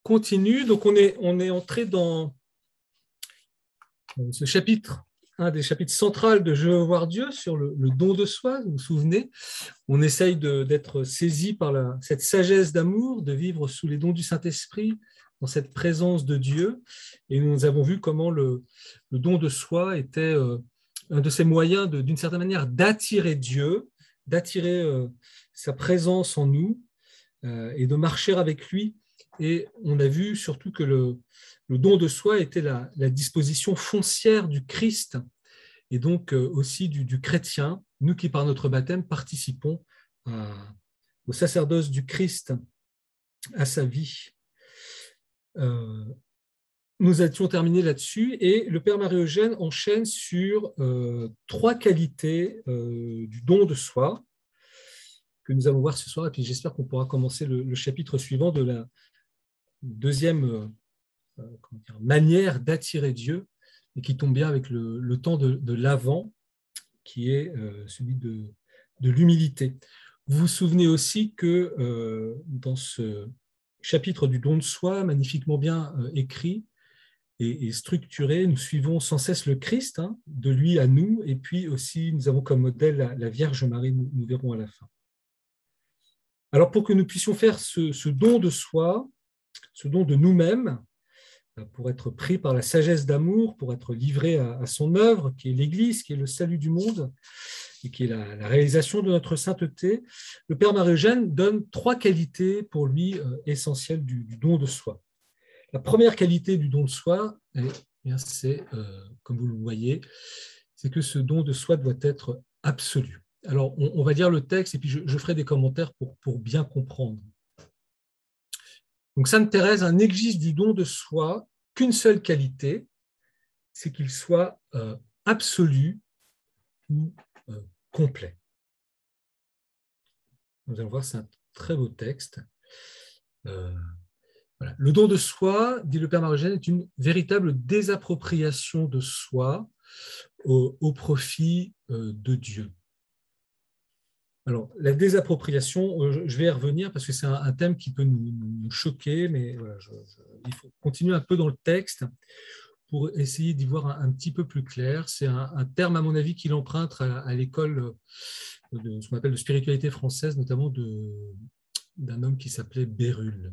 continue. Donc, on est entré dans ce chapitre, un des chapitres centraux de Je veux voir Dieu, sur le don de soi. Vous vous souvenez, on essaye d'être saisi par cette sagesse d'amour, de vivre sous les dons du Saint-Esprit, dans cette présence de Dieu. Et nous avons vu comment le don de soi était un de ces moyens, d'une certaine manière, d'attirer Dieu, d'attirer sa présence en nous et de marcher avec lui. Et on a vu surtout que le don de soi était la disposition foncière du Christ et donc aussi du chrétien, nous qui par notre baptême participons au sacerdoce du Christ, à sa vie. Nous étions terminés là-dessus et le Père Marie-Eugène enchaîne sur 3 qualités du don de soi que nous allons voir ce soir, et puis j'espère qu'on pourra commencer le chapitre suivant de la deuxième manière d'attirer Dieu, et qui tombe bien avec le temps de l'Avent, qui est celui de l'humilité. Vous vous souvenez aussi que dans ce chapitre du don de soi, magnifiquement bien écrit et structuré, nous suivons sans cesse le Christ, de lui à nous, et puis aussi nous avons comme modèle la Vierge Marie, nous verrons à la fin. Alors pour que nous puissions faire ce don de soi, ce don de nous-mêmes, pour être pris par la sagesse d'amour, pour être livré à son œuvre, qui est l'Église, qui est le salut du monde, et qui est la réalisation de notre sainteté, le Père Marie-Eugène donne 3 qualités pour lui essentielles du don de soi. La première qualité du don de soi, c'est, comme vous le voyez, c'est que ce don de soi doit être absolu. Alors, on va lire le texte et puis je ferai des commentaires pour bien comprendre. Donc, Sainte Thérèse, n'existe du don de soi qu'une seule qualité, c'est qu'il soit absolu ou complet. Nous allons voir, c'est un très beau texte. Voilà. Le don de soi, dit le Père Marie-Eugène, est une véritable désappropriation de soi au profit de Dieu. Alors, la désappropriation, je vais y revenir parce que c'est un thème qui peut nous choquer, mais voilà, il faut continuer un peu dans le texte pour essayer d'y voir un petit peu plus clair. C'est un terme, à mon avis, qu'il emprunte à l'école de ce qu'on appelle de spiritualité française, notamment d'un homme qui s'appelait Bérulle.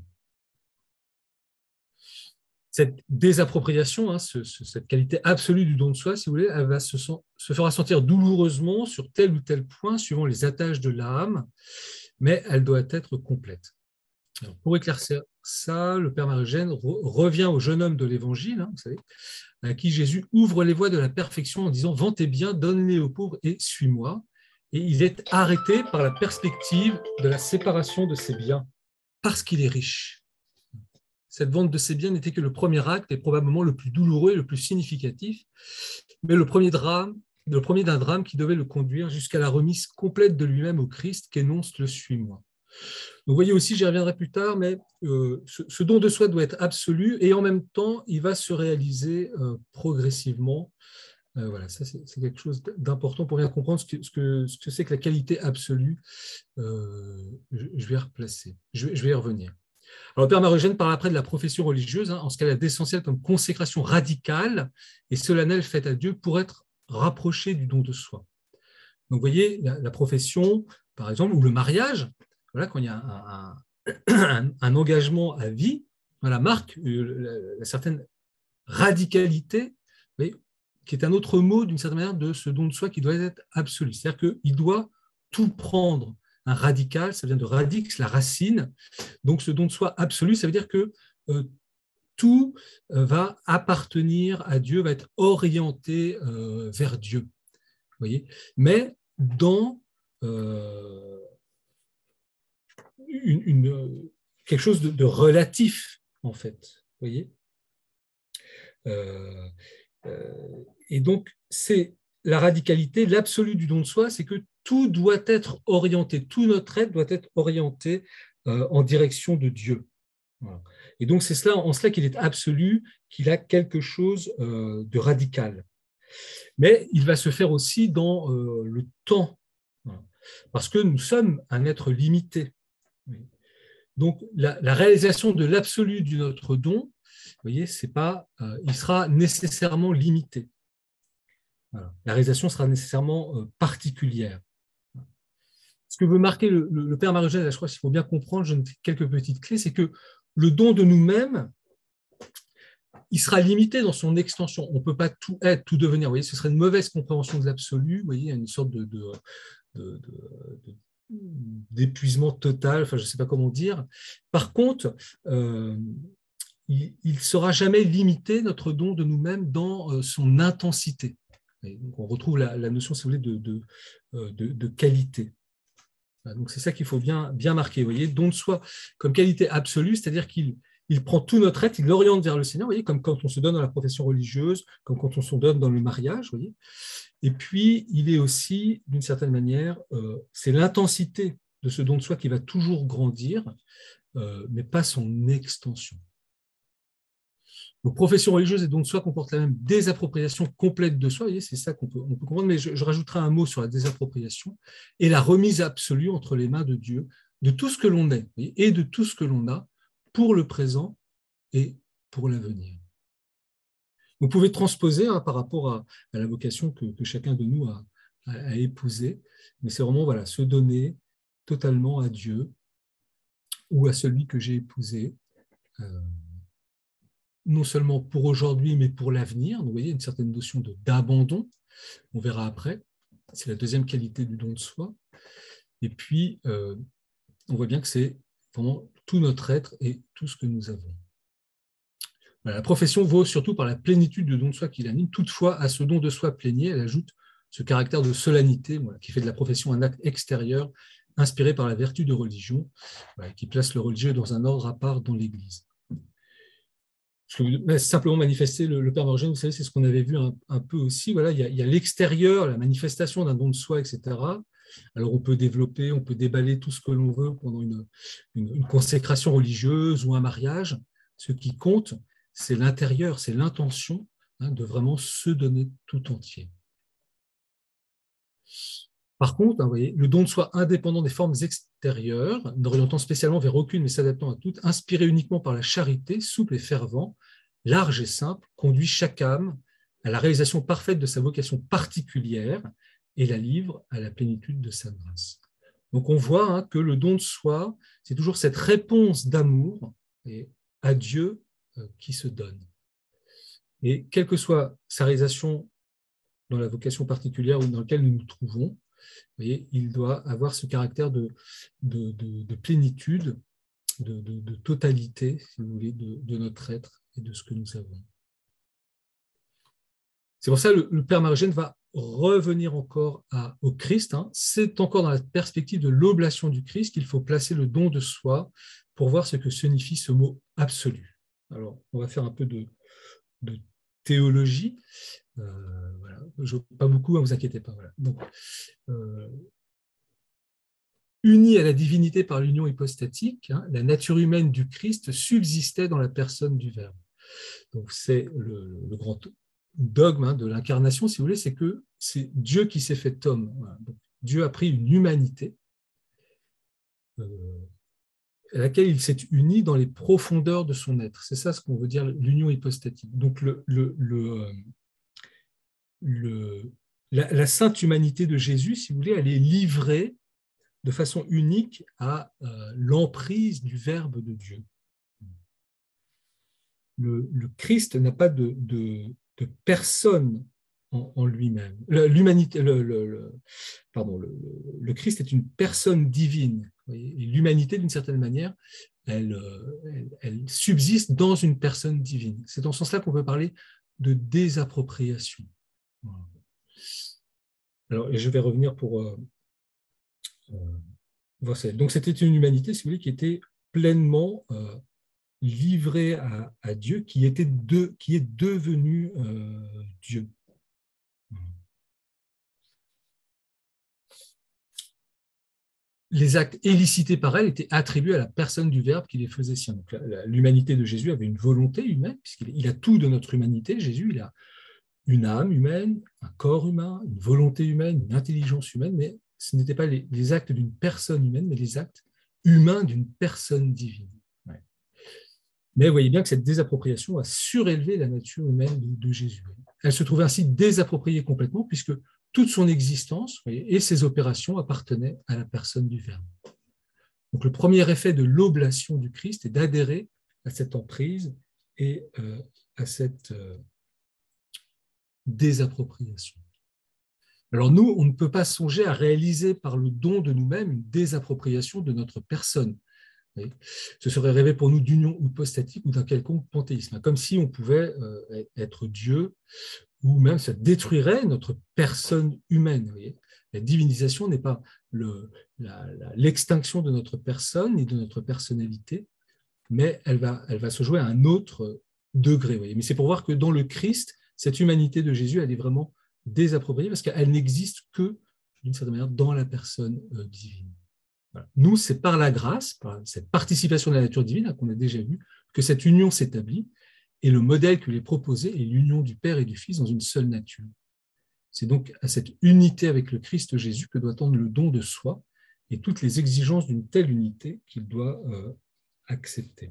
Cette désappropriation, cette qualité absolue du don de soi, si vous voulez, elle va se fera sentir douloureusement sur tel ou tel point, suivant les attaches de l'âme, mais elle doit être complète. Alors, pour éclaircir ça, le Père Marie-Eugène revient au jeune homme de l'Évangile, vous savez, à qui Jésus ouvre les voies de la perfection en disant « Vends tes biens, donne-les aux pauvres et suis-moi ». Et il est arrêté par la perspective de la séparation de ses biens, parce qu'il est riche. Cette vente de ses biens n'était que le premier acte et probablement le plus douloureux et le plus significatif, mais le premier d'un drame qui devait le conduire jusqu'à la remise complète de lui-même au Christ qu'énonce le « suis-moi ». Donc, vous voyez aussi, j'y reviendrai plus tard, mais ce don de soi doit être absolu et en même temps, il va se réaliser progressivement. Voilà, ça c'est quelque chose d'important pour bien comprendre ce que c'est que la qualité absolue. Je vais replacer, je vais y revenir. Alors, le Père Marie-Eugène parle après de la profession religieuse, en ce qu'elle a d'essentiel comme consécration radicale et solennelle faite à Dieu pour être rapprochée du don de soi. Donc, vous voyez, la profession, par exemple, ou le mariage, voilà, quand il y a un engagement à vie, voilà, marque la certaine radicalité, voyez, qui est un autre mot, d'une certaine manière, de ce don de soi qui doit être absolu. C'est-à-dire qu'il doit tout prendre. Un radical, ça vient de radix, la racine. Donc, ce don de soi absolu, ça veut dire que tout va appartenir à Dieu, va être orienté vers Dieu. Vous voyez ? Mais dans quelque chose de relatif, en fait. Vous voyez ? Et donc, c'est la radicalité, l'absolu du don de soi, c'est que tout doit être orienté, tout notre être doit être orienté en direction de Dieu. Voilà. Et donc, c'est en cela qu'il est absolu, qu'il a quelque chose de radical. Mais il va se faire aussi dans le temps, voilà. Parce que nous sommes un être limité. Donc, la réalisation de l'absolu de notre don, vous voyez, c'est pas, il sera nécessairement limité. Voilà. La réalisation sera nécessairement particulière. Ce que veut marquer le Père Marie-Eugène, je crois qu'il faut bien comprendre, je note quelques petites clés, c'est que le don de nous-mêmes, il sera limité dans son extension. On ne peut pas tout être, tout devenir. Vous voyez, ce serait une mauvaise compréhension de l'absolu. Vous voyez, il y a une sorte d'épuisement total, enfin, je ne sais pas comment dire. Par contre, il ne sera jamais limité, notre don de nous-mêmes, dans son intensité. Et donc, on retrouve la notion, si vous voulez, de qualité. Donc, c'est ça qu'il faut bien marquer. Vous voyez, don de soi comme qualité absolue, c'est-à-dire qu'il prend tout notre être, il l'oriente vers le Seigneur, vous voyez, comme quand on se donne dans la profession religieuse, comme quand on se donne dans le mariage, vous voyez. Et puis, il est aussi, d'une certaine manière, c'est l'intensité de ce don de soi qui va toujours grandir, mais pas son extension. Donc, profession religieuse et don de soi comportent la même désappropriation complète de soi. Vous voyez, c'est ça qu'on peut comprendre, mais je rajouterai un mot sur la désappropriation et la remise absolue entre les mains de Dieu de tout ce que l'on est, voyez, et de tout ce que l'on a pour le présent et pour l'avenir. Vous pouvez transposer par rapport à la vocation que chacun de nous a épousée, mais c'est vraiment voilà, se donner totalement à Dieu ou à celui que j'ai épousé, non seulement pour aujourd'hui, mais pour l'avenir. Donc, vous voyez, une certaine notion d'abandon, on verra après. C'est la deuxième qualité du don de soi. Et puis, on voit bien que c'est vraiment tout notre être et tout ce que nous avons. Voilà, la profession vaut surtout par la plénitude du don de soi qui l'anime. Toutefois, à ce don de soi plénier, elle ajoute ce caractère de solennité, voilà, qui fait de la profession un acte extérieur, inspiré par la vertu de religion, voilà, qui place le religieux dans un ordre à part dans l'Église. Simplement manifester le Père Marie-Eugène, vous savez, c'est ce qu'on avait vu un peu aussi. Voilà, il y a l'extérieur, la manifestation d'un don de soi, etc. Alors on peut développer, on peut déballer tout ce que l'on veut pendant une consécration religieuse ou un mariage. Ce qui compte, c'est l'intérieur, c'est l'intention de vraiment se donner tout entier. Par contre, vous voyez, le don de soi indépendant des formes extérieures, n'orientant spécialement vers aucune mais s'adaptant à toutes, inspiré uniquement par la charité, souple et fervent, large et simple, conduit chaque âme à la réalisation parfaite de sa vocation particulière et la livre à la plénitude de sa grâce. Donc on voit que le don de soi, c'est toujours cette réponse d'amour à Dieu qui se donne. Et quelle que soit sa réalisation dans la vocation particulière ou dans laquelle nous nous trouvons, voyez, il doit avoir ce caractère de plénitude, de totalité, si vous voulez, de notre être et de ce que nous avons. C'est pour ça que le Père Marie-Eugène va revenir encore au Christ. C'est encore dans la perspective de l'oblation du Christ qu'il faut placer le don de soi pour voir ce que signifie ce mot absolu. Alors, on va faire un peu de théologie. Voilà. Je pas beaucoup, ne vous inquiétez pas. Voilà. Donc, unie à la divinité par l'union hypostatique, la nature humaine du Christ subsistait dans la personne du Verbe. Donc, c'est le grand dogme de l'incarnation, si vous voulez, c'est que c'est Dieu qui s'est fait homme. Voilà. Donc, Dieu a pris une humanité à laquelle il s'est uni dans les profondeurs de son être. C'est ça ce qu'on veut dire l'union hypostatique. Donc, la sainte humanité de Jésus, si vous voulez, elle est livrée de façon unique à l'emprise du Verbe de Dieu. Le Christ n'a pas de personne en lui-même. Le Christ est une personne divine. Et l'humanité, d'une certaine manière, elle subsiste dans une personne divine. C'est dans ce sens-là qu'on peut parler de désappropriation. Voilà. Alors, et je vais revenir pour voir ça. Donc, c'était une humanité, si vous voulez, qui était pleinement livrée à Dieu, qui est devenu Dieu. Les actes élicités par elle étaient attribués à la personne du Verbe qui les faisait siens. Donc, l'humanité de Jésus avait une volonté humaine, puisqu'il a tout de notre humanité. Jésus, il a une âme humaine, un corps humain, une volonté humaine, une intelligence humaine, mais ce n'étaient pas les actes d'une personne humaine, mais les actes humain d'une personne divine. Ouais. Mais vous voyez bien que cette désappropriation a surélevé la nature humaine de Jésus. Elle se trouvait ainsi désappropriée complètement, puisque toute son existence, vous voyez, et ses opérations appartenaient à la personne du Verbe. Donc le premier effet de l'oblation du Christ est d'adhérer à cette emprise et à cette désappropriation. Alors nous, on ne peut pas songer à réaliser par le don de nous-mêmes une désappropriation de notre personne. Ce serait rêver pour nous d'union hypostatique ou d'un quelconque panthéisme, comme si on pouvait être Dieu, ou même ça détruirait notre personne humaine. Vous voyez, la divinisation n'est pas l'extinction de notre personne ni de notre personnalité, mais elle va se jouer à un autre degré. Vous voyez. Mais c'est pour voir que dans le Christ, cette humanité de Jésus, elle est vraiment désappropriée parce qu'elle n'existe que, d'une certaine manière, dans la personne divine. Voilà. Nous, c'est par la grâce, par cette participation de la nature divine qu'on a déjà vu, que cette union s'établit, et le modèle que lui est proposé est l'union du Père et du Fils dans une seule nature. C'est donc à cette unité avec le Christ Jésus que doit tendre le don de soi et toutes les exigences d'une telle unité qu'il doit accepter.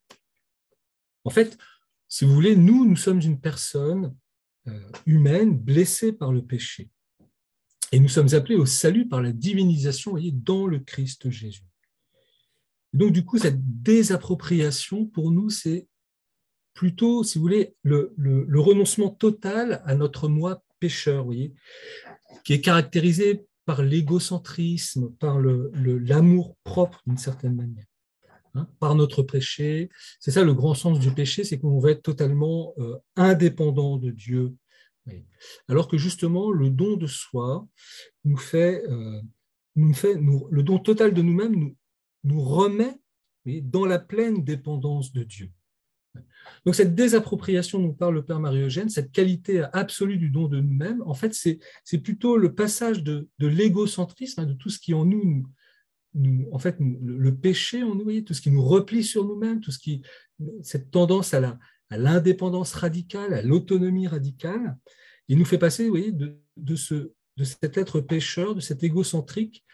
En fait, si vous voulez, nous sommes une personne humaine blessée par le péché. Et nous sommes appelés au salut par la divinisation, voyez, dans le Christ Jésus. Donc, du coup, cette désappropriation, pour nous, c'est plutôt, si vous voulez, le renoncement total à notre moi pécheur, vous voyez, qui est caractérisé par l'égocentrisme, par l'amour propre d'une certaine manière, hein, par notre péché. C'est ça le grand sens du péché, c'est qu'on va être totalement indépendant de Dieu. Oui. Alors que justement, le don de soi le don total de nous-mêmes nous remet, oui, dans la pleine dépendance de Dieu. Donc cette désappropriation dont parle le Père Marie-Eugène, cette qualité absolue du don de nous-mêmes, en fait, c'est plutôt le passage de l'égocentrisme, hein, de tout ce qui en nous en fait, le péché en nous, voyez, tout ce qui nous replie sur nous-mêmes, cette tendance à l'indépendance radicale, à l'autonomie radicale, il nous fait passer, vous voyez, de cet être pécheur, de cet égocentrique,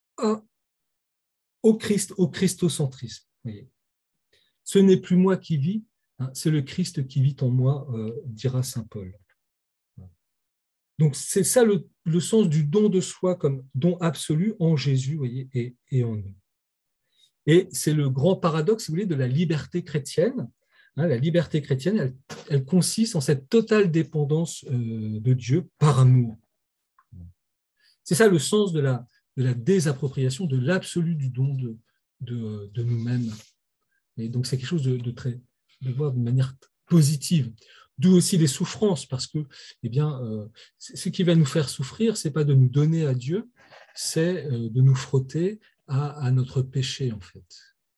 au christocentrisme. Voyez. Ce n'est plus moi qui vis, hein, c'est le Christ qui vit en moi, dira saint Paul. Donc c'est ça le sens du don de soi comme don absolu en Jésus, voyez, et en nous. Et c'est le grand paradoxe, si vous voulez, de la liberté chrétienne. Hein, la liberté chrétienne, elle consiste en cette totale dépendance de Dieu par amour. C'est ça le sens de la désappropriation, de l'absolu du don de nous-mêmes. Et donc c'est quelque chose de voir de manière positive. D'où aussi les souffrances, parce que ce qui va nous faire souffrir, ce n'est pas de nous donner à Dieu, c'est de nous frotter à notre péché, en fait.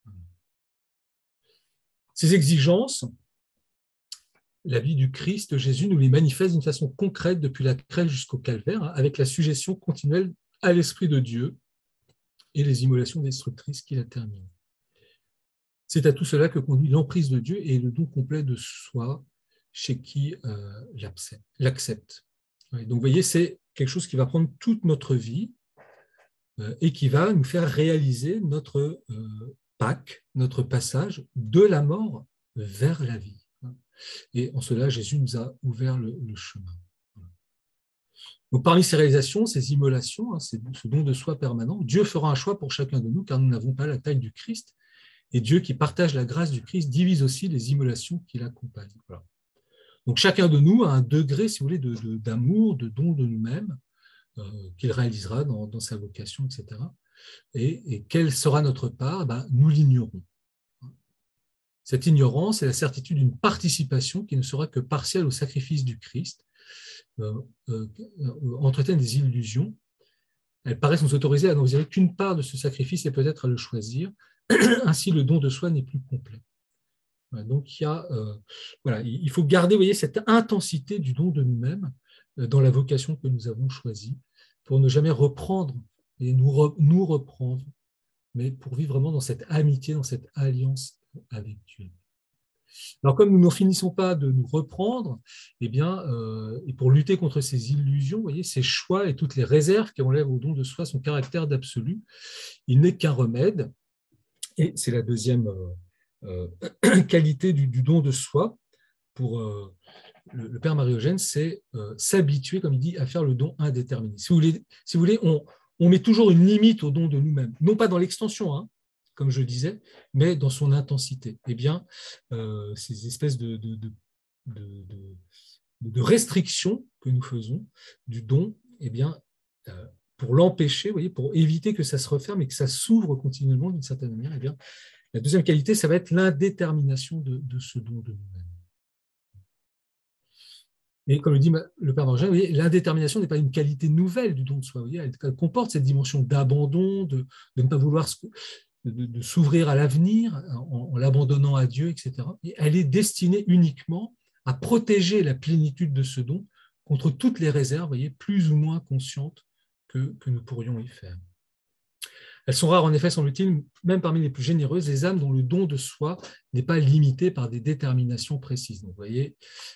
Ces exigences, la vie du Christ, Jésus, nous les manifeste d'une façon concrète depuis la crèche jusqu'au calvaire, hein, avec la suggestion continuelle à l'Esprit de Dieu et les immolations destructrices qu'il a terminées. C'est à tout cela que conduit l'emprise de Dieu et le don complet de soi chez qui l'accepte. Donc, vous voyez, c'est quelque chose qui va prendre toute notre vie et qui va nous faire réaliser notre Pâques, notre passage de la mort vers la vie. Et en cela, Jésus nous a ouvert le chemin. Donc, parmi ces réalisations, ces immolations, hein, ce don de soi permanent, Dieu fera un choix pour chacun de nous, car nous n'avons pas la taille du Christ. Et Dieu, qui partage la grâce du Christ, divise aussi les immolations qui l'accompagnent. Voilà. Donc, chacun de nous a un degré, si vous voulez, d'amour, de don de nous-mêmes, qu'il réalisera dans sa vocation, etc. Et quelle sera notre part? Nous l'ignorons. Cette ignorance est la certitude d'une participation qui ne sera que partielle au sacrifice du Christ, entretient des illusions. Elles paraissent nous autoriser à n'en qu'une part de ce sacrifice et peut-être à le choisir. Ainsi, le don de soi n'est plus complet. Donc, il faut garder, vous voyez, cette intensité du don de nous-mêmes dans la vocation que nous avons choisie pour ne jamais reprendre et nous reprendre, mais pour vivre vraiment dans cette amitié, dans cette alliance avec Dieu. Alors, comme nous n'en finissons pas de nous reprendre, et pour lutter contre ces illusions, vous voyez, ces choix et toutes les réserves qui enlèvent au don de soi son caractère d'absolu, il n'est qu'un remède, Et c'est la deuxième qualité du don de soi pour le Père Marie-Eugène, c'est s'habituer, comme il dit, à faire le don indéterminé. Si vous voulez, on met toujours une limite au don de nous-mêmes, non pas dans l'extension, hein, comme je le disais, mais dans son intensité. Eh bien, ces espèces de, de restrictions que nous faisons du don, eh bien, pour l'empêcher, vous voyez, pour éviter que ça se referme et que ça s'ouvre continuellement d'une certaine manière, eh bien, la deuxième qualité, ça va être l'indétermination de ce don de nous-mêmes. Et comme le dit le Père Margin, l'indétermination n'est pas une qualité nouvelle du don de soi. Elle comporte cette dimension d'abandon, de ne pas vouloir de s'ouvrir à l'avenir en l'abandonnant à Dieu, etc. Et elle est destinée uniquement à protéger la plénitude de ce don contre toutes les réserves, plus ou moins conscientes que nous pourrions y faire. Elles sont rares, en effet, semble-t-il, même parmi les plus généreuses, les âmes dont le don de soi n'est pas limité par des déterminations précises. Donc, vous voyez,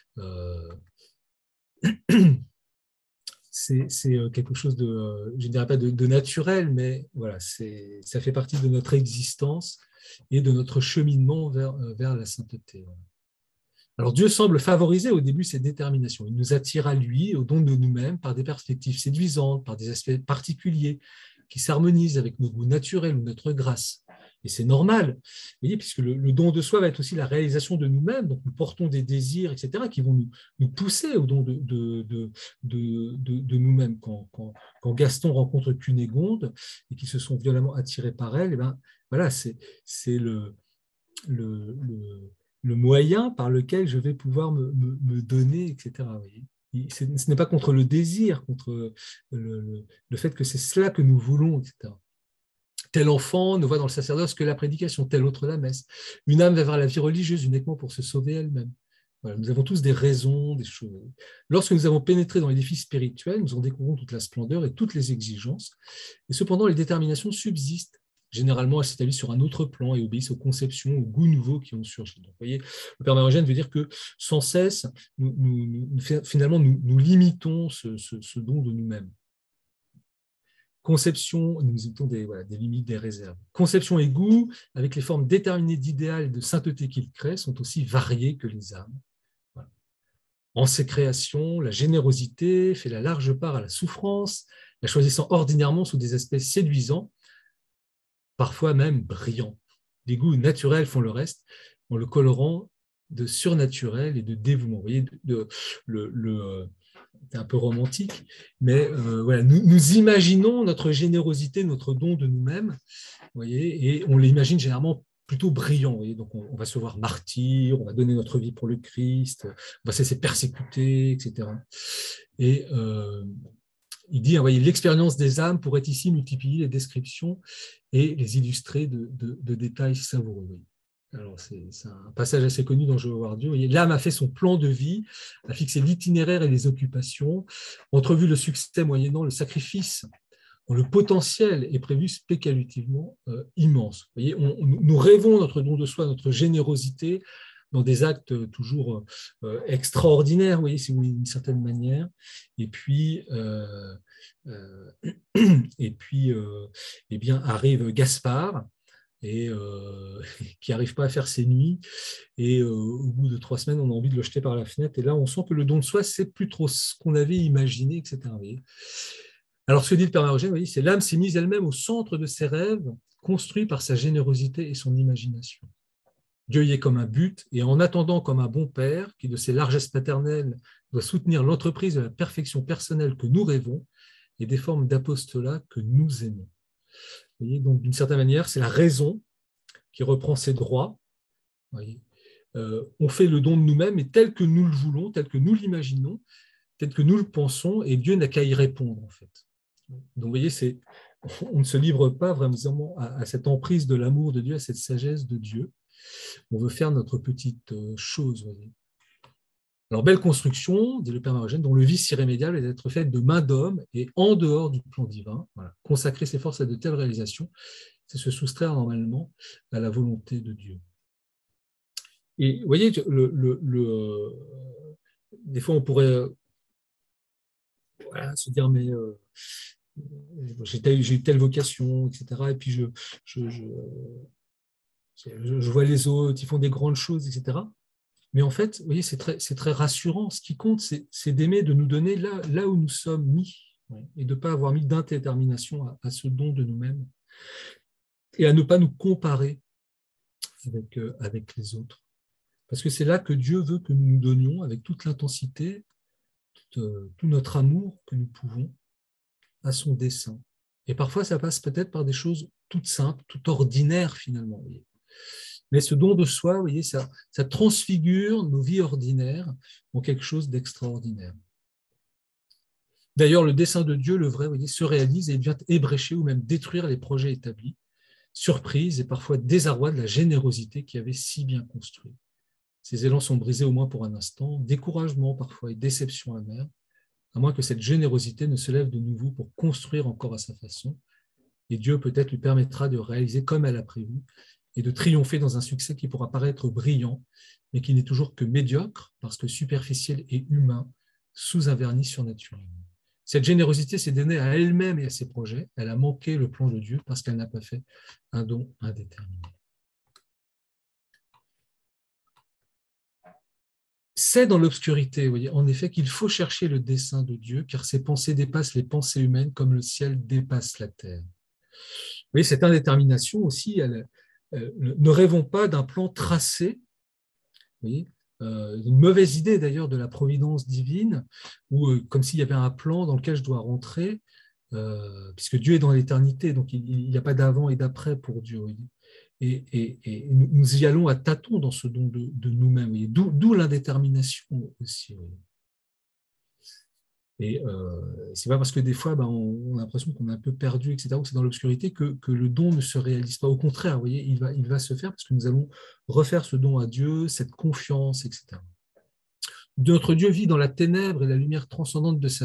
c'est quelque chose de, je ne dirais pas de naturel, mais voilà, ça fait partie de notre existence et de notre cheminement vers la sainteté. Alors Dieu semble favoriser au début ces déterminations. Il nous attire à lui, au don de nous-mêmes, par des perspectives séduisantes, par des aspects particuliers qui s'harmonisent avec nos goûts naturels ou notre grâce. Et c'est normal, vous voyez, puisque le don de soi va être aussi la réalisation de nous-mêmes, donc nous portons des désirs, etc., qui vont nous pousser au don de nous-mêmes. Quand Gaston rencontre Cunégonde et qu'ils se sont violemment attirés par elle, et ben, voilà, c'est le, le moyen par lequel je vais pouvoir me donner, etc. Vous voyez. Ce n'est pas contre le désir, contre le fait que c'est cela que nous voulons, etc. Tel enfant ne voit dans le sacerdoce que la prédication, tel autre la messe. Une âme va vers la vie religieuse uniquement pour se sauver elle-même. Voilà, nous avons tous des raisons, des choses. Lorsque nous avons pénétré dans l'édifice spirituel, nous en découvrons toute la splendeur et toutes les exigences. Et cependant, les déterminations subsistent. Généralement, elles s'établissent sur un autre plan et obéissent aux conceptions, aux goûts nouveaux qui ont surgi. Donc, vous voyez, le Père Marie-Eugène veut dire que sans cesse, finalement, nous limitons ce don de nous-mêmes. Conception, nous mettons des limites, des réserves. Conception et goût, avec les formes déterminées d'idéal et de sainteté qu'ils créent, sont aussi variés que les âmes. Voilà. En ces créations, la générosité fait la large part à la souffrance, la choisissant ordinairement sous des aspects séduisants, parfois même brillants. Les goûts naturels font le reste, en le colorant de surnaturel et de dévouement. Vous voyez, c'est un peu romantique, mais voilà, nous imaginons notre générosité, notre don de nous-mêmes, voyez, et on l'imagine généralement plutôt brillant. Voyez, donc on va se voir martyr, on va donner notre vie pour le Christ, on va se laisser persécuter, etc. Et il dit, voyez, l'expérience des âmes pourrait ici multiplier les descriptions et les illustrer de détails savoureux. Alors, c'est un passage assez connu dans Je veux voir Dieu. L'âme a fait son plan de vie, a fixé l'itinéraire et les occupations, entrevu le succès moyennant le sacrifice, dont le potentiel est prévu spéculativement immense. Vous voyez, nous rêvons notre don de soi, notre générosité, dans des actes toujours extraordinaires, vous voyez, si vous voulez, d'une certaine manière. Et puis, eh bien, arrive Gaspard, et qui n'arrive pas à faire ses nuits, et au bout de 3 semaines, on a envie de le jeter par la fenêtre, et là, on sent que le don de soi, c'est plus trop ce qu'on avait imaginé, etc. Alors, ce que dit le Père Marie-Eugène, c'est l'âme s'est mise elle-même au centre de ses rêves, construits par sa générosité et son imagination. Dieu y est comme un but, et en attendant comme un bon père, qui de ses largesses paternelles doit soutenir l'entreprise de la perfection personnelle que nous rêvons, et des formes d'apostolat que nous aimons. Vous voyez, donc, d'une certaine manière, c'est la raison qui reprend ses droits. Vous voyez, on fait le don de nous-mêmes, et tel que nous le voulons, tel que nous l'imaginons, tel que nous le pensons, et Dieu n'a qu'à y répondre, en fait. Donc, vous voyez, on ne se livre pas vraiment à cette emprise de l'amour de Dieu, à cette sagesse de Dieu. On veut faire notre petite chose. Vous voyez. Alors, belle construction, dit le Père Marie-Eugène, dont le vice irrémédiable est d'être faite de main d'homme et en dehors du plan divin. Voilà. Consacrer ses forces à de telles réalisations, c'est se soustraire normalement à la volonté de Dieu. Et vous voyez, des fois, on pourrait se dire, mais j'ai eu telle vocation, etc. Et puis je vois les autres, ils font des grandes choses, etc. Mais en fait, vous voyez, c'est très rassurant. Ce qui compte, c'est d'aimer, de nous donner là où nous sommes mis, et de ne pas avoir mis d'indétermination à ce don de nous-mêmes, et à ne pas nous comparer avec les autres. Parce que c'est là que Dieu veut que nous nous donnions avec toute l'intensité, tout notre amour que nous pouvons à son dessein. Et parfois, ça passe peut-être par des choses toutes simples, toutes ordinaires finalement. Vous voyez. Mais ce don de soi, vous voyez, ça transfigure nos vies ordinaires en quelque chose d'extraordinaire. D'ailleurs, le dessein de Dieu, le vrai, vous voyez, se réalise et vient ébrécher ou même détruire les projets établis, surprise et parfois désarroi de la générosité qui avait si bien construit. Ces élans sont brisés au moins pour un instant, découragement parfois et déception amère, à moins que cette générosité ne se lève de nouveau pour construire encore à sa façon. Et Dieu peut-être lui permettra de réaliser comme elle a prévu et de triompher dans un succès qui pourra paraître brillant, mais qui n'est toujours que médiocre parce que superficiel et humain, sous un vernis surnaturel. Cette générosité s'est donnée à elle-même et à ses projets. Elle a manqué le plan de Dieu parce qu'elle n'a pas fait un don indéterminé. C'est dans l'obscurité, vous voyez, en effet, qu'il faut chercher le dessein de Dieu, car ses pensées dépassent les pensées humaines comme le ciel dépasse la terre. Vous voyez, cette indétermination aussi, ne rêvons pas d'un plan tracé, vous voyez, une mauvaise idée d'ailleurs de la providence divine, ou comme s'il y avait un plan dans lequel je dois rentrer, puisque Dieu est dans l'éternité, donc il n'y a pas d'avant et d'après pour Dieu. Vous voyez. Et nous y allons à tâtons dans ce don de nous-mêmes, d'où l'indétermination aussi. Et c'est pas parce que des fois on a l'impression qu'on est un peu perdu, etc., ou que c'est dans l'obscurité que le don ne se réalise pas. Au contraire, vous voyez, il va se faire parce que nous allons refaire ce don à Dieu, cette confiance, etc. Notre Dieu vit dans la ténèbre et la lumière transcendante de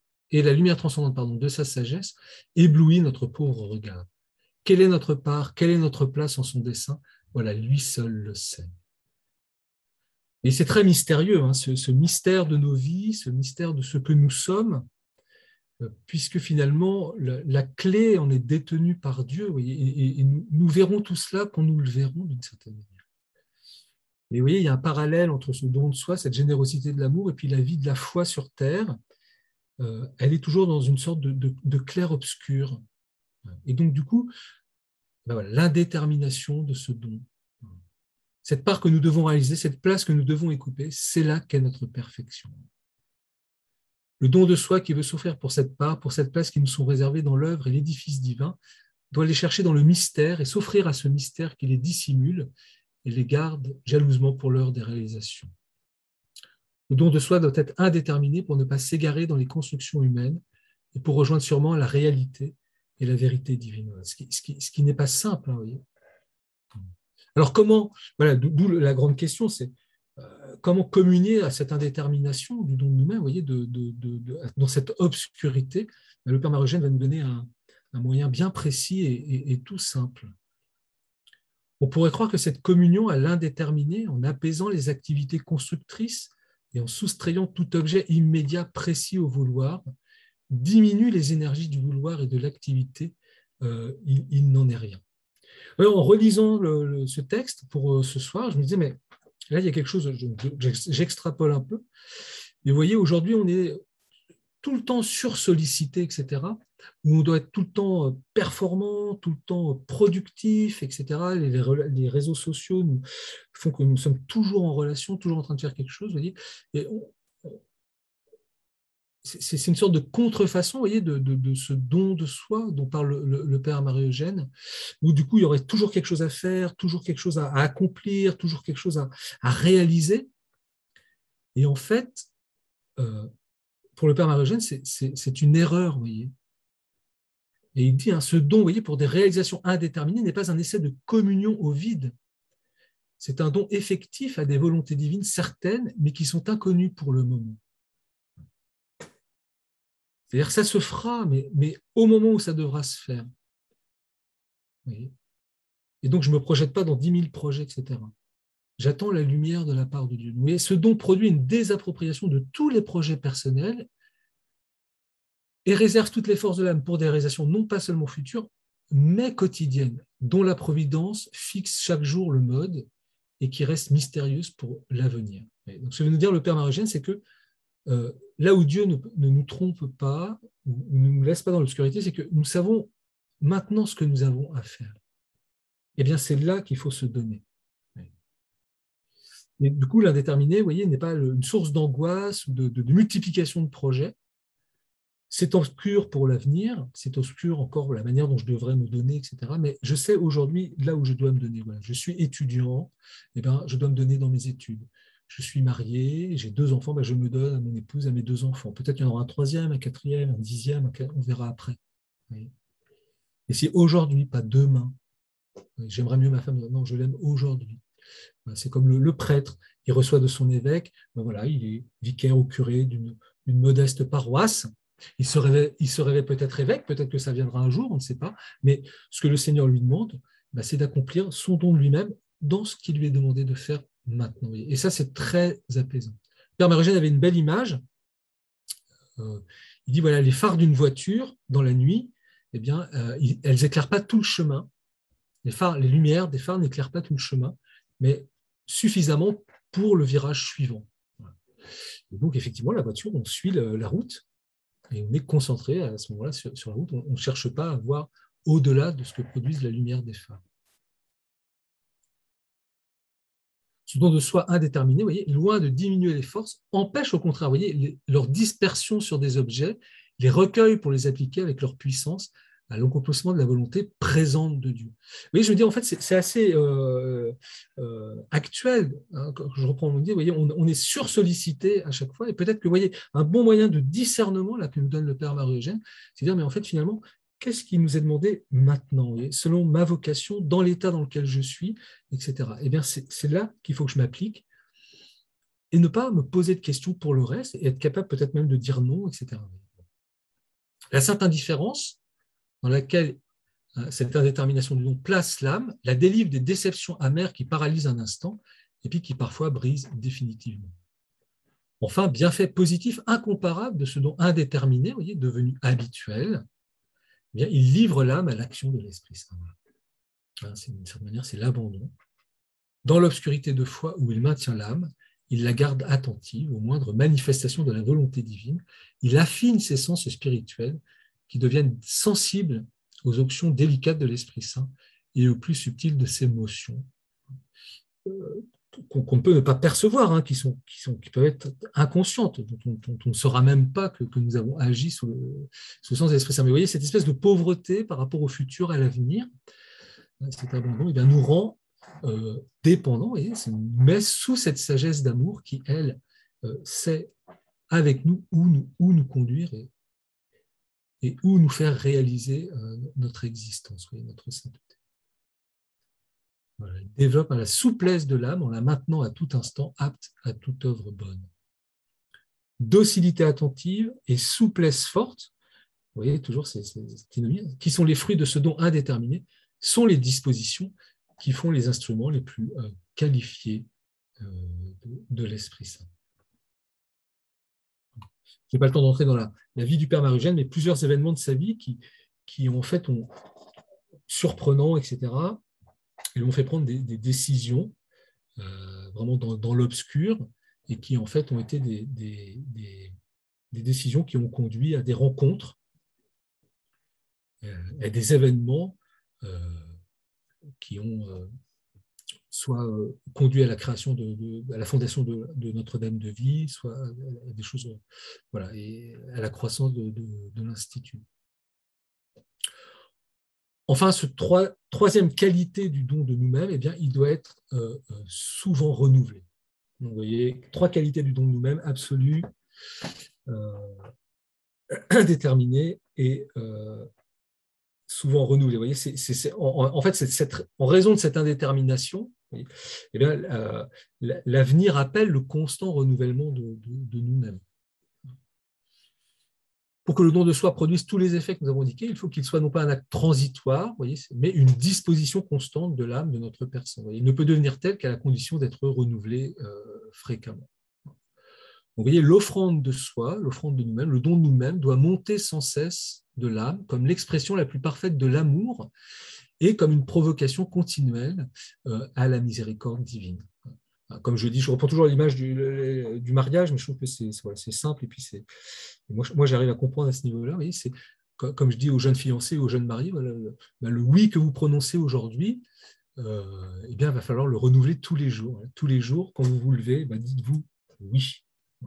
sa sagesse éblouit notre pauvre regard. Quelle est notre part, quelle est notre place en son dessein? Voilà, lui seul le sait. Et c'est très mystérieux, hein, ce mystère de nos vies, ce mystère de ce que nous sommes, puisque finalement, la clé en est détenue par Dieu. Et nous verrons tout cela quand nous le verrons d'une certaine manière. Et vous voyez, il y a un parallèle entre ce don de soi, cette générosité de l'amour, et puis la vie de la foi sur terre. Elle est toujours dans une sorte de clair-obscur. Et donc, du coup, voilà, l'indétermination de ce don. Cette part que nous devons réaliser, cette place que nous devons occuper, c'est là qu'est notre perfection. Le don de soi qui veut s'offrir pour cette part, pour cette place qui nous sont réservées dans l'œuvre et l'édifice divin, doit les chercher dans le mystère et s'offrir à ce mystère qui les dissimule et les garde jalousement pour l'heure des réalisations. Le don de soi doit être indéterminé pour ne pas s'égarer dans les constructions humaines et pour rejoindre sûrement la réalité et la vérité divine. Ce qui n'est pas simple, hein, vous voyez. Alors comment, voilà, d'où la grande question, c'est comment communier à cette indétermination du don de nous-mêmes, vous voyez, dans cette obscurité. Le Père Marie-Eugène va nous donner un moyen bien précis et tout simple. On pourrait croire que cette communion à l'indéterminé, en apaisant les activités constructrices et en soustrayant tout objet immédiat précis au vouloir, diminue les énergies du vouloir et de l'activité. Il n'en est rien. En relisant ce texte pour ce soir, je me disais, mais là, il y a quelque chose, j'extrapole un peu. Et vous voyez, aujourd'hui, on est tout le temps sursollicité, etc., où on doit être tout le temps performant, tout le temps productif, etc. Les réseaux sociaux nous font que nous sommes toujours en relation, toujours en train de faire quelque chose, vous voyez. Et c'est une sorte de contrefaçon, vous voyez, de ce don de soi dont parle le Père Marie-Eugène, où du coup, il y aurait toujours quelque chose à faire, toujours quelque chose à accomplir, toujours quelque chose à réaliser. Et en fait, pour le Père Marie-Eugène, c'est une erreur, vous voyez. Et il dit, hein, ce don, vous voyez, pour des réalisations indéterminées n'est pas un essai de communion au vide. C'est un don effectif à des volontés divines certaines, mais qui sont inconnues pour le moment. C'est-à-dire que ça se fera, mais au moment où ça devra se faire. Vous voyez. Et donc, je ne me projette pas dans 10 000 projets, etc. J'attends la lumière de la part de Dieu. Mais ce don produit une désappropriation de tous les projets personnels et réserve toutes les forces de l'âme pour des réalisations non pas seulement futures, mais quotidienne, dont la providence fixe chaque jour le mode et qui reste mystérieuse pour l'avenir. Donc, ce que veut nous dire le Père Marie-Eugène, c'est que là où Dieu ne nous trompe pas, ou ne nous laisse pas dans l'obscurité, c'est que nous savons maintenant ce que nous avons à faire. Eh bien, c'est là qu'il faut se donner. Et du coup, l'indéterminé, vous voyez, n'est pas une source d'angoisse ou de multiplication de projets. C'est obscur pour l'avenir, c'est obscur encore la manière dont je devrais me donner, etc. Mais je sais aujourd'hui là où je dois me donner. Voilà. Je suis étudiant, eh bien, je dois me donner dans mes études. Je suis marié, j'ai 2 enfants, ben je me donne à mon épouse, à mes 2 enfants. Peut-être qu'il y en aura un 3e, un 4e, un 10e, on verra après. Et si aujourd'hui, pas demain, j'aimerais mieux ma femme, non, je l'aime aujourd'hui. C'est comme le prêtre, il reçoit de son évêque, ben voilà, il est vicaire ou curé d'une modeste paroisse. Il se rêvait peut-être évêque, peut-être que ça viendra un jour, on ne sait pas. Mais ce que le Seigneur lui demande, ben, c'est d'accomplir son don de lui-même dans ce qu'il lui est demandé de faire maintenant. Et ça, c'est très apaisant. Père Marie-Eugène avait une belle image. Il dit, voilà, les phares d'une voiture, dans la nuit, eh bien, elles n'éclairent pas tout le chemin. Les lumières des phares n'éclairent pas tout le chemin, mais suffisamment pour le virage suivant. Et donc, effectivement, la voiture, on suit la route et on est concentré à ce moment-là sur la route. On ne cherche pas à voir au-delà de ce que produisent la lumière des phares. Ce don de soi indéterminé, vous voyez, loin de diminuer les forces, empêche au contraire, vous voyez, leur dispersion sur des objets, les recueille pour les appliquer avec leur puissance à l'accomplissement de la volonté présente de Dieu. Vous voyez, je me dis, en fait, c'est assez actuel. Hein, quand je reprends mon idée, vous voyez, on est sursollicité à chaque fois, et peut-être que, vous voyez, un bon moyen de discernement là, que nous donne le Père Marie-Eugène, c'est de dire, mais en fait, finalement, qu'est-ce qui nous est demandé maintenant, selon ma vocation, dans l'état dans lequel je suis, etc. Eh bien, c'est là qu'il faut que je m'applique et ne pas me poser de questions pour le reste et être capable peut-être même de dire non, etc. La sainte indifférence, dans laquelle cette indétermination du don place l'âme, la délivre des déceptions amères qui paralysent un instant et puis qui parfois brisent définitivement. Enfin, bienfait positif incomparable de ce don indéterminé, vous voyez, devenu habituel, eh bien, il livre l'âme à l'action de l'Esprit Saint. D'une certaine manière, c'est l'abandon. Dans l'obscurité de foi où il maintient l'âme, il la garde attentive aux moindres manifestations de la volonté divine. Il affine ses sens spirituels qui deviennent sensibles aux options délicates de l'Esprit Saint et aux plus subtiles de ses motions, qu'on peut ne pas percevoir, hein, qui peuvent être inconscientes, dont on ne saura même pas que nous avons agi sous le sens de l'Esprit Saint. Mais vous voyez, cette espèce de pauvreté par rapport au futur, à l'avenir, cet abandon, eh bien, nous rend dépendants, et nous met sous cette sagesse d'amour qui, elle, sait avec nous où nous conduire et où nous faire réaliser notre existence, notre sainteté. Voilà, il développe la souplesse de l'âme en la maintenant à tout instant apte à toute œuvre bonne. Docilité attentive et souplesse forte, vous voyez toujours ces synonymes, qui sont les fruits de ce don indéterminé, sont les dispositions qui font les instruments les plus qualifiés de l'Esprit Saint. Je n'ai pas le temps d'entrer dans la vie du Père Marie-Eugène, mais plusieurs événements de sa vie qui en fait, ont surprenants, etc., et l'ont fait prendre des décisions vraiment dans l'obscur, et qui en fait ont été des décisions qui ont conduit à des rencontres, à des événements qui ont soit conduit à la création à la fondation de Notre-Dame de Vie, soit à des choses, voilà, et à la croissance de l'Institut. Enfin, ce troisième qualité du don de nous-mêmes, eh bien, il doit être souvent renouvelé. Donc, vous voyez, 3 qualités du don de nous-mêmes, absolue, indéterminée et souvent renouvelée. Vous voyez, en fait, en raison de cette indétermination, eh bien, l'avenir appelle le constant renouvellement de nous-mêmes. Pour que le don de soi produise tous les effets que nous avons indiqués, il faut qu'il soit non pas un acte transitoire, vous voyez, mais une disposition constante de l'âme de notre personne. Vous voyez, il ne peut devenir tel qu'à la condition d'être renouvelé fréquemment. Donc, vous voyez, l'offrande de soi, l'offrande de nous-mêmes, le don de nous-mêmes doit monter sans cesse de l'âme, comme l'expression la plus parfaite de l'amour et comme une provocation continuelle à la miséricorde divine. Comme je dis, je reprends toujours l'image du mariage, mais je trouve que c'est simple et puis moi j'arrive à comprendre à ce niveau-là. Vous voyez, c'est comme je dis aux jeunes fiancés, aux jeunes mariés, voilà, le oui que vous prononcez aujourd'hui, eh bien, il va falloir le renouveler tous les jours. Tous les jours, quand vous vous levez, dites-vous oui.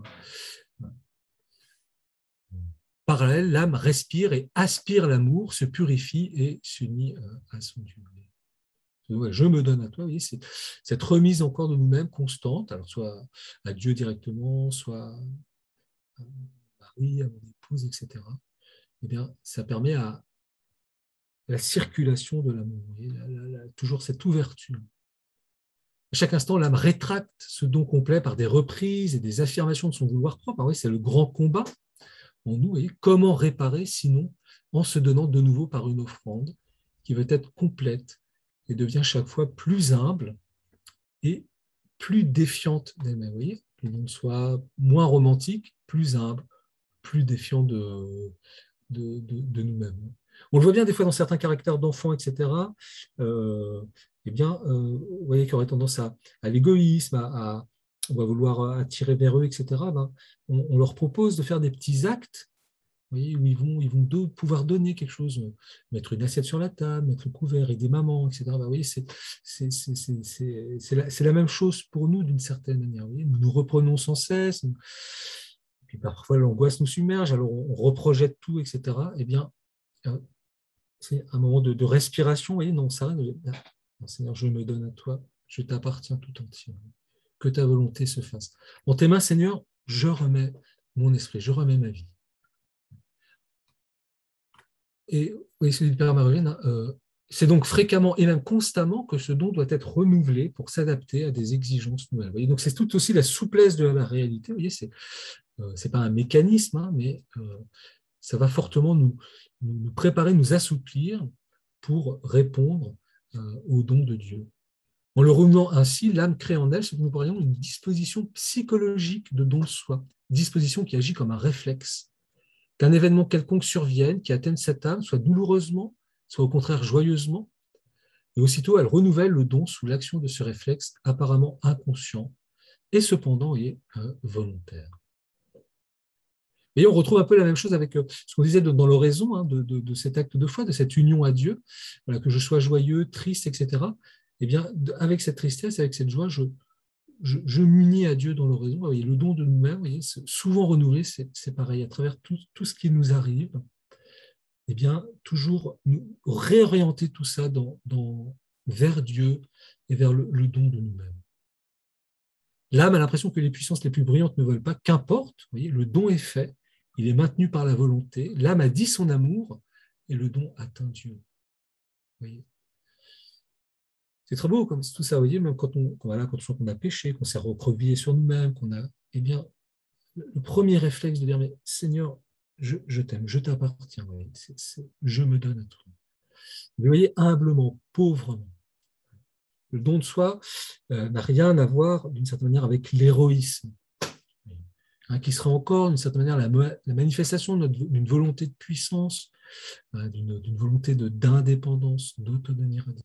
Parallèle, l'âme respire et aspire l'amour, se purifie et s'unit à son Dieu. Je me donne à toi, vous voyez, c'est cette remise encore de nous-mêmes constante, alors soit à Dieu directement, soit à Marie, à mon épouse, etc. Eh bien, ça permet à la circulation de l'amour, toujours cette ouverture. À chaque instant, l'âme rétracte ce don complet par des reprises et des affirmations de son vouloir propre. Oui, c'est le grand combat en nous. Voyez, comment réparer sinon en se donnant de nouveau par une offrande qui veut être complète et devient chaque fois plus humble et plus défiante d'elle-même. Vous voyez, que l'on soit moins romantique, plus humble, plus défiant de nous-mêmes. On le voit bien des fois dans certains caractères d'enfants, etc. Eh bien, vous voyez qu'il y aurait tendance à l'égoïsme, on va vouloir attirer vers eux, etc. On leur propose de faire des petits actes, vous voyez, où ils vont pouvoir donner quelque chose, mettre une assiette sur la table, mettre le couvert, aider maman, etc. Vous voyez, c'est la même chose pour nous d'une certaine manière. Vous voyez, nous nous reprenons sans cesse. Puis parfois l'angoisse nous submerge, alors on reprojette tout, etc. Eh bien, c'est un moment de respiration, vous voyez, non, ça, non, Seigneur, je me donne à toi, je t'appartiens tout entier. Que ta volonté se fasse. En tes mains, Seigneur, je remets mon esprit, je remets ma vie. Et oui, celui du Père Marie-Eugène, c'est donc fréquemment et même constamment que ce don doit être renouvelé pour s'adapter à des exigences nouvelles. Vous voyez, donc c'est tout aussi la souplesse de la réalité. Vous voyez, c'est pas un mécanisme, hein, mais ça va fortement nous préparer, nous assouplir pour répondre au don de Dieu. En le renouvelant ainsi, l'âme crée en elle ce que nous pourrions une disposition psychologique de don de soi, disposition qui agit comme un réflexe. Qu'un événement quelconque survienne, qui atteigne cette âme, soit douloureusement, soit au contraire joyeusement, et aussitôt elle renouvelle le don sous l'action de ce réflexe apparemment inconscient, et cependant volontaire. Et on retrouve un peu la même chose avec ce qu'on disait dans l'oraison, hein, de cet acte de foi, de cette union à Dieu, voilà, que je sois joyeux, triste, etc. Eh bien, avec cette tristesse, avec cette joie, je m'unis à Dieu dans l'oraison. Le don de nous-mêmes, souvent renouvelé, c'est pareil, à travers tout ce qui nous arrive, eh bien, toujours nous réorienter tout ça vers Dieu et vers le don de nous-mêmes. L'âme a l'impression que les puissances les plus brillantes ne veulent pas, qu'importe, le don est fait, il est maintenu par la volonté, l'âme a dit son amour et le don atteint Dieu. Voyez, c'est très beau comme tout ça, vous voyez, même quand on a péché, qu'on s'est recroquevillé sur nous-mêmes, eh bien, le premier réflexe de dire, mais Seigneur, je t'aime, je t'appartiens, je me donne à toi. Vous voyez, humblement, pauvrement. Le don de soi n'a rien à voir, d'une certaine manière, avec l'héroïsme, hein, qui sera encore, d'une certaine manière, la manifestation d'une volonté de puissance, hein, d'une volonté d'indépendance, d'autonomie radicale.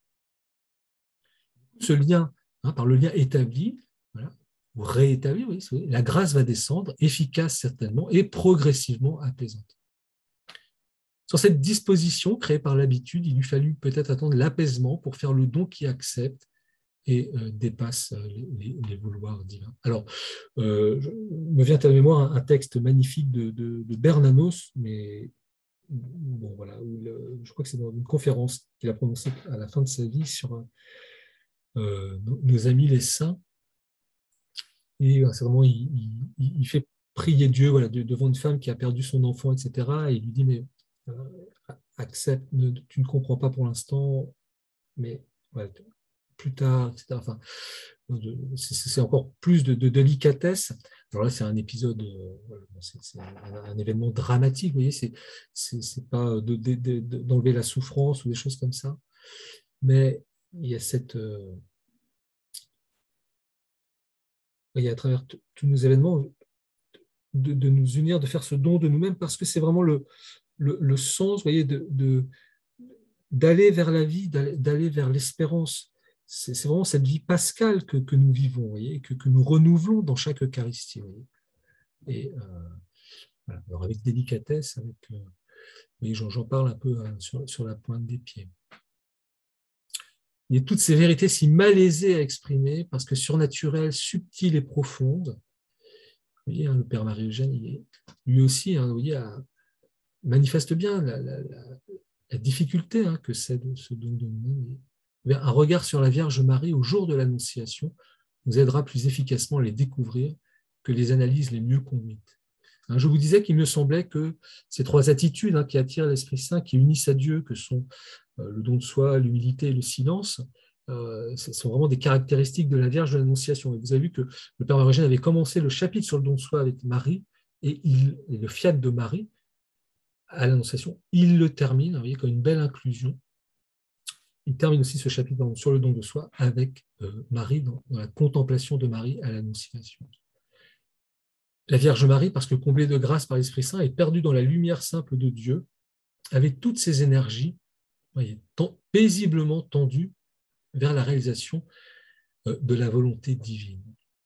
Ce lien, hein, par le lien établi, voilà, ou réétabli, oui, la grâce va descendre, efficace certainement, et progressivement apaisante. Sur cette disposition créée par l'habitude, il lui fallut peut-être attendre l'apaisement pour faire le don qui accepte et dépasse les vouloirs divins. Alors, me vient à la mémoire un texte magnifique de Bernanos, mais bon, voilà, je crois que c'est dans une conférence qu'il a prononcée à la fin de sa vie sur nos amis les saints. Et c'est vraiment, il fait prier Dieu, voilà, devant une femme qui a perdu son enfant, etc. Et il lui dit, mais accepte, tu ne comprends pas pour l'instant, mais voilà, plus tard, etc. Enfin, c'est encore plus de délicatesse. Alors là, c'est un épisode, c'est un événement dramatique, vous voyez, c'est pas d'enlever la souffrance ou des choses comme ça, mais il y a à travers tous nos événements, de nous unir, de faire ce don de nous-mêmes, parce que c'est vraiment le sens, vous voyez, d'aller vers la vie, d'aller vers l'espérance. C'est vraiment cette vie pascale que nous vivons, vous voyez, que nous renouvelons dans chaque Eucharistie. Vous voyez. Et voilà. Alors avec délicatesse, oui, j'en parle un peu sur la pointe des pieds. Il y a toutes ces vérités si malaisées à exprimer, parce que surnaturelles, subtiles et profondes. Vous voyez, le Père Marie-Eugène, lui aussi, vous voyez, manifeste bien la difficulté que c'est de ce don de nous. Un regard sur la Vierge Marie au jour de l'Annonciation nous aidera plus efficacement à les découvrir que les analyses les mieux conduites. Je vous disais qu'il me semblait que ces trois attitudes qui attirent l'Esprit Saint, qui unissent à Dieu, que sont le don de soi, l'humilité et le silence, ce sont vraiment des caractéristiques de la Vierge de l'Annonciation. Et vous avez vu que le Père Marie-Eugène avait commencé le chapitre sur le don de soi avec Marie, et le fiat de Marie à l'Annonciation, il le termine, vous voyez, comme une belle inclusion. Il termine aussi ce chapitre sur le don de soi avec Marie, dans la contemplation de Marie à l'Annonciation. La Vierge Marie, parce que comblée de grâce par l'Esprit Saint, est perdue dans la lumière simple de Dieu, avec toutes ses énergies, voyez, paisiblement tendues vers la réalisation de la volonté divine.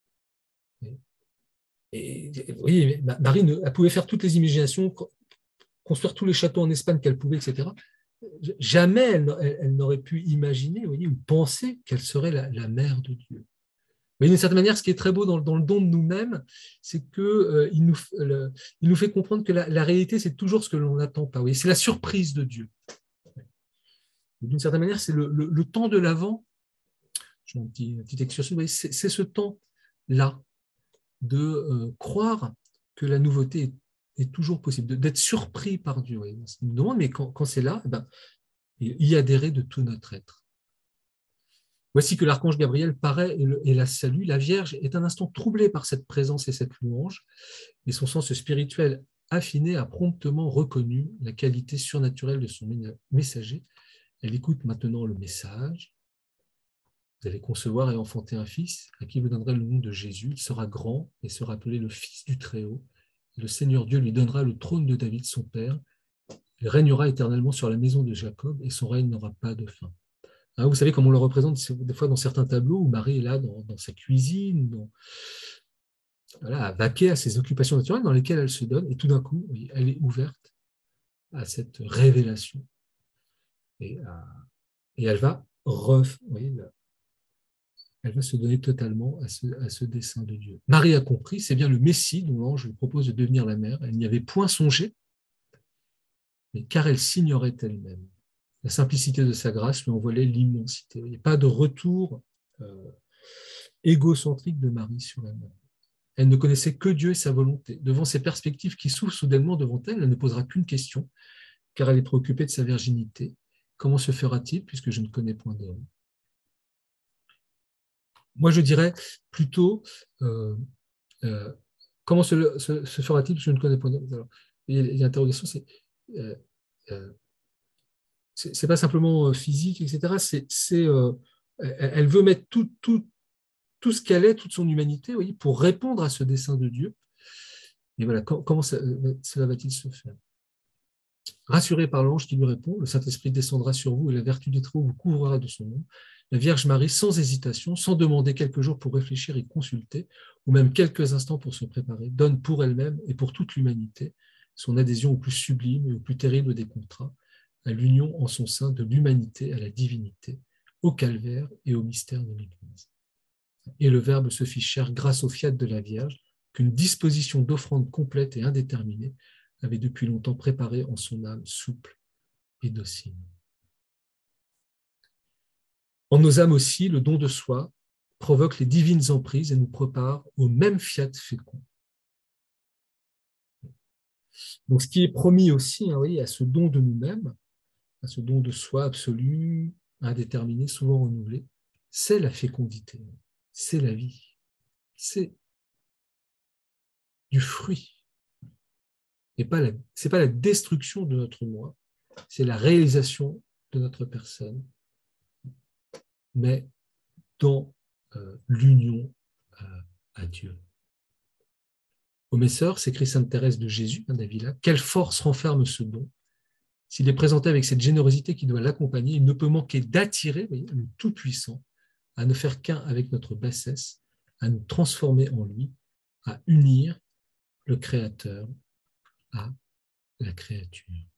Et vous voyez, Marie, elle pouvait faire toutes les imaginations, construire tous les châteaux en Espagne qu'elle pouvait, etc. Jamais elle n'aurait pu imaginer, vous voyez, ou penser qu'elle serait la mère de Dieu. Mais d'une certaine manière, ce qui est très beau dans le don de nous-mêmes, c'est qu'il nous fait comprendre que la réalité, c'est toujours ce que l'on n'attend pas. Oui, c'est la surprise de Dieu. D'une certaine manière, c'est le temps de l'Avent. J'ai un petit excursion. C'est ce temps-là de croire que la nouveauté est toujours possible, d'être surpris par Dieu. Oui. On nous demande, mais quand c'est là, y adhérer de tout notre être. Voici que l'archange Gabriel paraît et la salue. La Vierge est un instant troublée par cette présence et cette louange, et son sens spirituel affiné a promptement reconnu la qualité surnaturelle de son messager. Elle écoute maintenant le message. Vous allez concevoir et enfanter un fils, à qui vous donnerez le nom de Jésus. Il sera grand et sera appelé le Fils du Très-Haut. Et le Seigneur Dieu lui donnera le trône de David, son père. Il régnera éternellement sur la maison de Jacob, et son règne n'aura pas de fin. Vous savez, comme on le représente des fois dans certains tableaux, où Marie est là dans sa cuisine, à vaquer à ses occupations naturelles dans lesquelles elle se donne, et tout d'un coup, elle est ouverte à cette révélation. Et elle va elle va se donner totalement à ce dessein de Dieu. Marie a compris, c'est bien le Messie dont l'ange lui propose de devenir la mère. Elle n'y avait point songé, mais car elle s'ignorait elle-même. La simplicité de sa grâce lui envolait l'immensité. Il n'y a pas de retour égocentrique de Marie sur elle-même. Elle ne connaissait que Dieu et sa volonté. Devant ces perspectives qui s'ouvrent soudainement devant elle, elle ne posera qu'une question, car elle est préoccupée de sa virginité. Comment se fera-t-il, puisque je ne connais point d'homme? Moi, je dirais plutôt, comment se fera-t-il, puisque je ne connais point d'homme? Alors, l'interrogation, c'est pas simplement physique, etc. Elle veut mettre tout ce qu'elle est, toute son humanité, voyez, pour répondre à ce dessein de Dieu. Et voilà, comment cela va-t-il se faire? Rassurée par l'ange qui lui répond, le Saint-Esprit descendra sur vous et la vertu des Très-Hauts vous couvrira de son nom. La Vierge Marie, sans hésitation, sans demander quelques jours pour réfléchir et consulter, ou même quelques instants pour se préparer, donne pour elle-même et pour toute l'humanité son adhésion au plus sublime et au plus terrible des contrats, à l'union en son sein de l'humanité à la divinité, au calvaire et au mystère de l'Église. Et le Verbe se fit chair grâce au fiat de la Vierge, qu'une disposition d'offrande complète et indéterminée avait depuis longtemps préparé en son âme souple et docile. En nos âmes aussi, le don de soi provoque les divines emprises et nous prépare au même fiat fécond. Donc, ce qui est promis aussi, à ce don de nous-mêmes, à ce don de soi absolu, indéterminé, souvent renouvelé, c'est la fécondité, c'est la vie, c'est du fruit. Ce n'est pas la destruction de notre moi, c'est la réalisation de notre personne, mais dans l'union à Dieu. Ô mes sœurs, s'écrit sainte Thérèse de Jésus d'Avila, quelle force renferme ce don, s'il est présenté avec cette générosité qui doit l'accompagner, il ne peut manquer d'attirer, voyez, le Tout-Puissant à ne faire qu'un avec notre bassesse, à nous transformer en lui, à unir le Créateur à la créature.